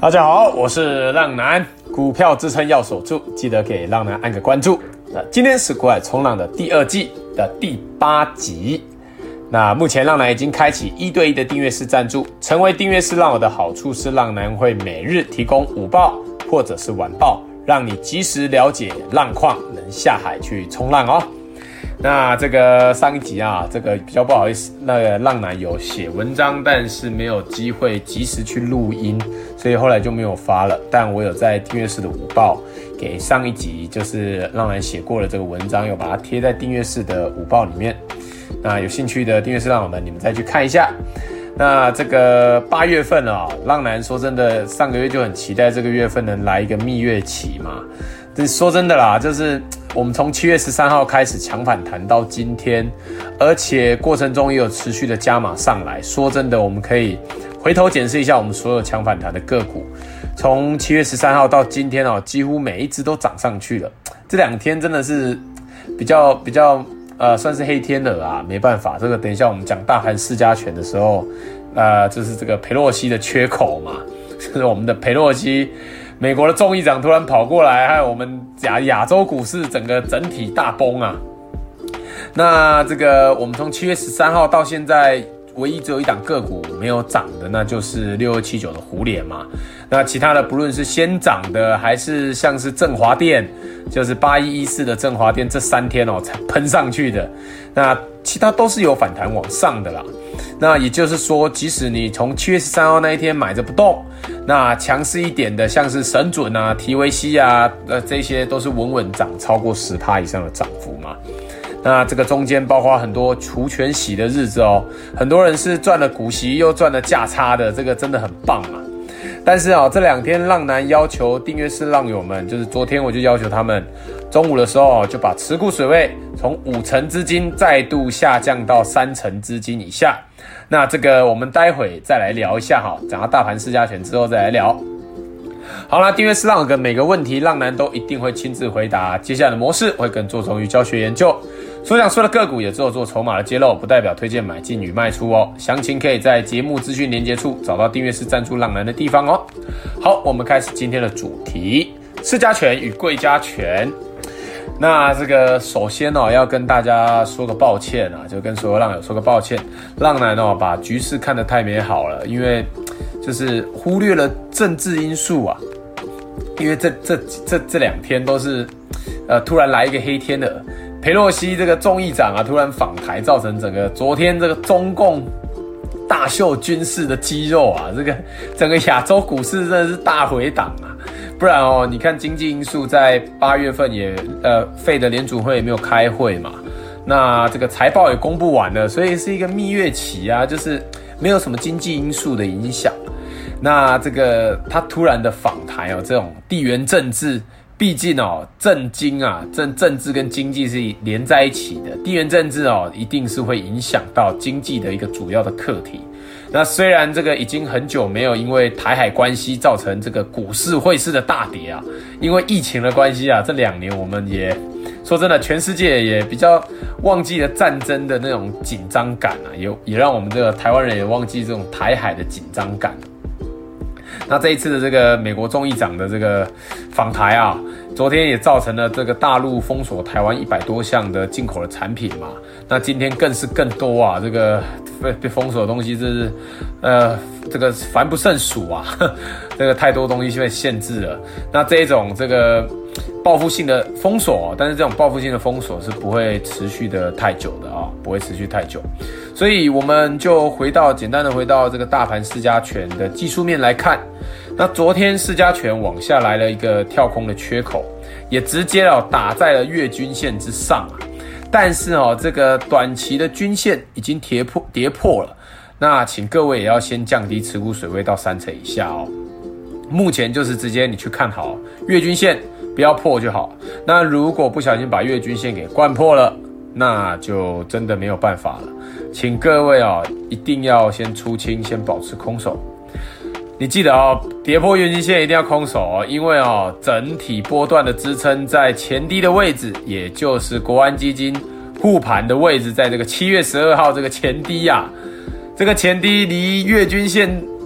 大家好，我是浪男，股票支撑要守住，记得给浪男按个关注。那今天是股海冲浪的第2季的第8集。那目前浪男已经开启1对1的订阅式赞助，成为订阅式浪友的好处是浪男会每日提供午报或者是晚报，让你及时了解浪况，能下海去冲浪哦。那这个上一集啊，这个比较不好意思，那个浪男有写文章，但是没有机会及时去录音，所以后来就没有发了。但我有在订阅式的午报给上一集就是浪男写过的这个文章，有把它贴在订阅式的午报里面。那有兴趣的订阅式浪友们，你们再去看一下。那这个8月份啊，浪男说真的，上个月就很期待这个月份能来一个蜜月期嘛。但说真的啦，就是我们从7月13号开始强反弹到今天，而且过程中也有持续的加码上来。说真的，我们可以回头检视一下我们所有强反弹的个股，从7月13号到今天哦，几乎每一只都涨上去了。这2天真的是比较算是黑天鹅啊，没办法，这个等一下我们讲大盘市加权的时候，就是这个裴洛西的缺口嘛，就是我们的裴洛西。美国的众议长突然跑过来，还有我们亚洲股市整体大崩啊！那这个我们从7月13号到现在，唯一只有一档个股没有涨的，那就是6279的胡联嘛。那其他的不论是先涨的，还是像是振华电，就是8114的振华电，这3天哦才喷上去的。那其他都是有反弹往上的啦。那也就是说，即使你从7月13号那一天买着不动，那强势一点的，像是神准啊、提维西啊，这些都是稳稳涨超过10%以上的涨幅嘛。那这个中间包括很多除权息的日子哦，很多人是赚了股息又赚了价差的，这个真的很棒嘛。但是这2天浪男要求订阅式浪友们，就是昨天我就要求他们中午的时候就把持股水位从50%资金再度下降到30%资金以下。那这个我们待会再来聊一下哈，讲到大盘市加权之后再来聊。好啦，订阅式浪友的每个问题，浪男都一定会亲自回答。接下来的模式会更着重于教学研究，所讲说的个股也只有做筹码的揭露，不代表推荐买进与卖出哦。详情可以在节目资讯连结处找到订阅式赞助浪男的地方哦。好，我们开始今天的主题：市加权与贵加权。那这个首先要跟大家说个抱歉啊，就跟所有浪友说个抱歉，浪男把局势看得太美好了，因为就是忽略了政治因素啊。因为这2天都是突然来一个黑天鹅，裴洛西这个众议长啊突然访台，造成整个昨天这个中共大秀军事的肌肉啊，这个整个亚洲股市真的是大回档啊。不然你看经济因素在8月份也费的联储会也没有开会嘛，那这个财报也公布完了，所以是一个蜜月期啊，就是没有什么经济因素的影响。那这个他突然的访台这种地缘政治，毕竟政经啊政治跟经济是连在一起的，地缘政治一定是会影响到经济的一个主要的课题。那虽然这个已经很久没有因为台海关系造成这个股市汇市的大跌啊，因为疫情的关系啊，这2年我们也说真的，全世界也比较忘记了战争的那种紧张感啊，也让我们这个台湾人也忘记这种台海的紧张感。那这一次的这个美国众议长的这个访台啊，昨天也造成了这个大陆封锁台湾100多项的进口的产品嘛。那今天更多啊，这个被封锁的东西真是这个烦不胜数啊，这个太多东西被限制了。那这一种这个报复性的封锁，但是这种报复性的封锁是不会持续的太久的啊，不会持续太久。所以我们就简单的回到这个大盘市加权的技术面来看。那昨天市加权往下来了一个跳空的缺口，也直接打在了月均线之上啊。但是这个短期的均线已经跌破了，那请各位也要先降低持股水位到30%以下哦。目前就是直接你去看好月均线，不要破就好。那如果不小心把月均线给灌破了，那就真的没有办法了。请各位一定要先出清，先保持空手。你记得跌破月均线一定要空手因为整体波段的支撑在前低的位置，也就是国安基金护盘的位置，在这个7月12号这个前低啊，这个前低离月均线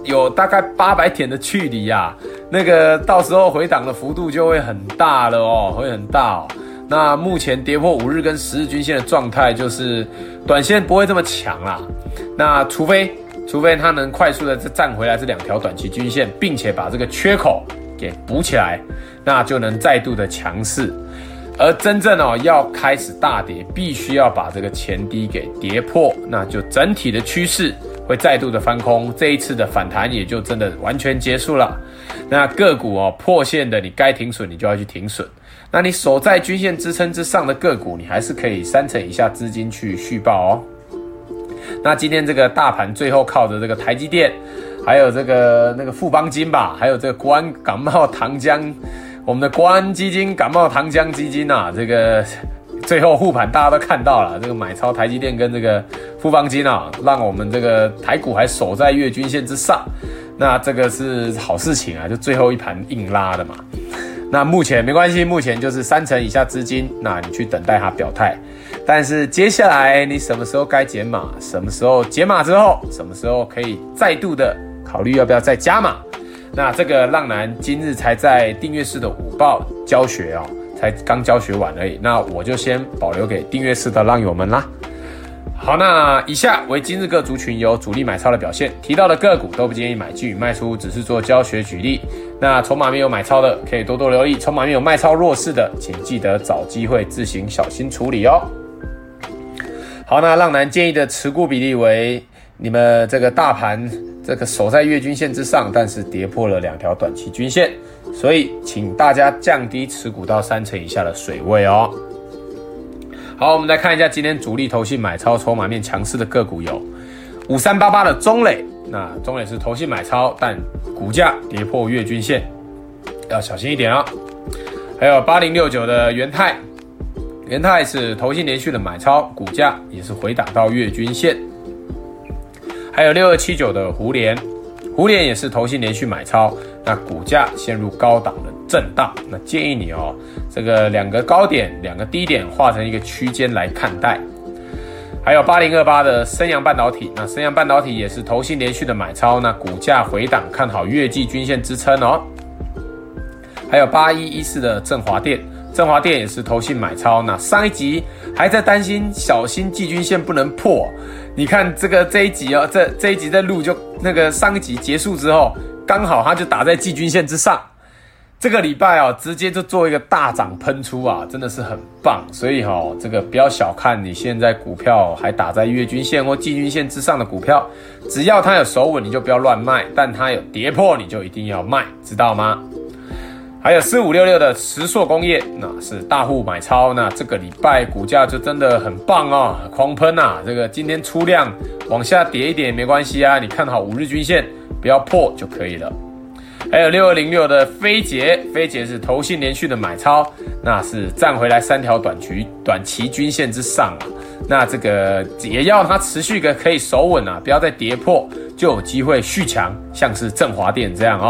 有大概800点的距离啊，那个到时候回档的幅度就会很大了哦，会很大哦。那目前跌破5日跟10日均线的状态，就是短线不会这么强啦。那除非它能快速的站回来这2条短期均线，并且把这个缺口给补起来，那就能再度的强势。而真正要开始大跌，必须要把这个前低给跌破，那就整体的趋势会再度的翻空，这一次的反弹也就真的完全结束了。那个股破线的，你该停损你就要去停损。那你守在均线支撑之上的个股，你还是可以3成以下资金去续报哦。那今天这个大盘最后靠着这个台积电，还有这个那个富邦金吧，还有这个国安感冒糖浆，我们的国安基金感冒糖浆基金啊，这个最后护盘大家都看到了，这个买超台积电跟这个富邦金啊，让我们这个台股还守在月均线之上，那这个是好事情啊，就最后一盘硬拉的嘛。那目前没关系，目前就是3成以下资金，那你去等待它表态。但是接下来你什么时候该减码，什么时候减码之后，什么时候可以再度的考虑要不要再加码。那这个浪男今日才在订阅式的午报教学哦，才刚教学完而已，那我就先保留给订阅式的浪友们啦。好，那以下为今日各族群有主力买超的表现，提到的个股都不建议买进与卖出，只是做教学举例。那筹码面有买超的可以多多留意，筹码面有卖超弱势的，请记得找机会自行小心处理哦。好，那浪男建议的持股比例为，你们这个大盘这个守在月均线之上，但是跌破了2条短期均线，所以请大家降低持股到3成以下的水位哦。好，我们来看一下今天主力投信买超筹码面强势的个股有5388的中磊，那中磊是投信买超，但股价跌破月均线，要小心一点哦。还有8069的元泰，元泰是投信连续的买超，股价也是回档到月均线。还有6279的胡连，胡连也是投信连续买超，那股价陷入高档的震荡，那建议你这个2个高点2个低点画成一个区间来看待。还有8028的升阳半导体，那升阳半导体也是投信连续的买超，那股价回档看好月季均线支撑哦。还有8114的振华电，振华电也是投信买超，那上一集还在担心小心季均线不能破，你看这一集这一集在录，就那个上一集结束之后，刚好它就打在季均线之上。这个礼拜直接就做一个大涨喷出啊，真的是很棒。所以这个不要小看你现在股票还打在月均线或季均线之上的股票，只要它有守稳，你就不要乱卖；但它有跌破，你就一定要卖，知道吗？还有4566的石塑工业，那是大户买超，那这个礼拜股价就真的很棒哦，狂喷啊！这个今天出量往下跌一点也没关系啊，你看好5日均线不要破就可以了。还有6206的飞捷，飞捷是投信连续的买超，那是站回来3条短期均线之上啊，那这个也要它持续可以守稳啊，不要再跌破，就有机会续强，像是振华电这样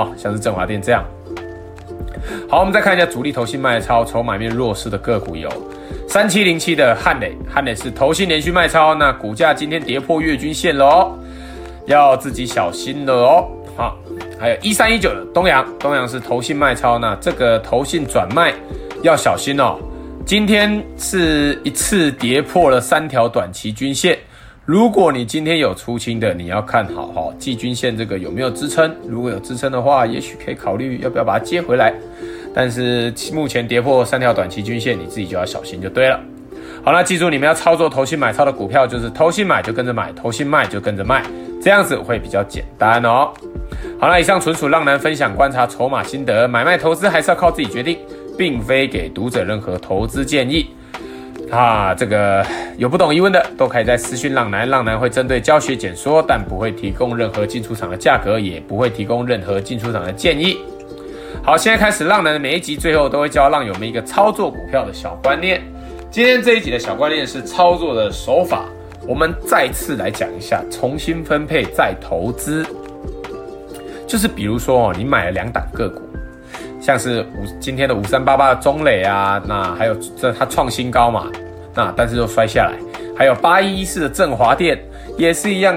好，我们再看一下主力投信卖超筹码面弱势的个股有3707的汉磊，汉磊是投信连续卖超，那股价今天跌破月均线了哦，要自己小心了哦。好，还有1319的东阳，东阳是投信卖超，那这个投信转卖要小心哦。今天是一次跌破了3条短期均线，如果你今天有出清的，你要看好季均线这个有没有支撑，如果有支撑的话，也许可以考虑要不要把它接回来。但是目前跌破3条短期均线，你自己就要小心就对了。好，那记住你们要操作投信买超的股票，就是投信买就跟着买，投信卖就跟着卖，这样子会比较简单哦。好，那以上纯属浪男分享观察筹码心得，买卖投资还是要靠自己决定，并非给读者任何投资建议。这个有不懂疑问的都可以在私讯浪男，浪男会针对教学解说，但不会提供任何进出场的价格，也不会提供任何进出场的建议。好，现在开始，浪男的每一集最后都会教浪友们一个操作股票的小观念。今天这一集的小观念是操作的手法，我们再次来讲一下重新分配再投资。就是比如说你买了2档个股，像是今天的5388的中磊啊，那还有它创新高嘛，那但是又摔下来。还有8114的振华电也是一样，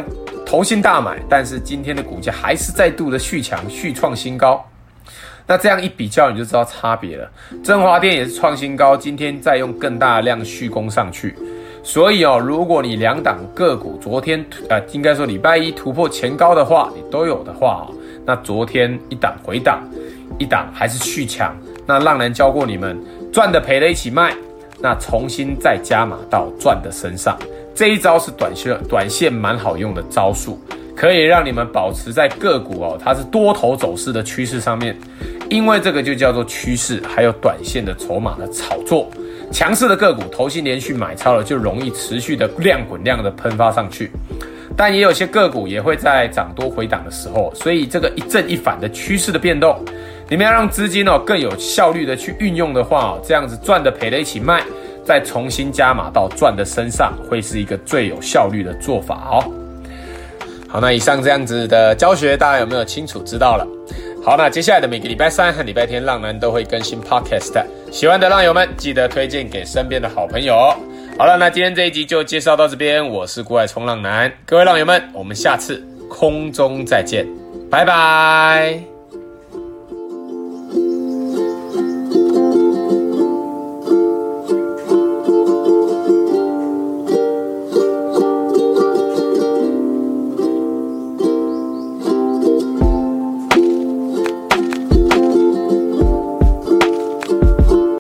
投信大买，但是今天的股价还是再度的续强，续创新高。那这样一比较，你就知道差别了。振华电也是创新高，今天再用更大的量续攻上去。所以如果你两档个股昨天应该说礼拜一突破前高的话，你都有的话那昨天一档回档，一档还是续强。那浪男教过你们，赚的赔的一起卖，那重新再加码到赚的身上。这一招是短线蛮好用的招数，可以让你们保持在个股它是多头走势的趋势上面，因为这个就叫做趋势，还有短线的筹码的炒作。强势的个股，投信连续买超了，就容易持续的量滚量的喷发上去。但也有些个股也会在涨多回档的时候，所以这个一正一反的趋势的变动，你们要让资金更有效率的去运用的话这样子赚的赔的一起卖，再重新加码到赚的身上，会是一个最有效率的做法好，那以上这样子的教学，大家有没有清楚知道了？好，那接下来的每个礼拜三和礼拜天，浪男都会更新 podcast， 喜欢的浪友们记得推荐给身边的好朋友好了，那今天这一集就介绍到这边，我是股海冲浪男，各位浪友们，我们下次空中再见，拜拜。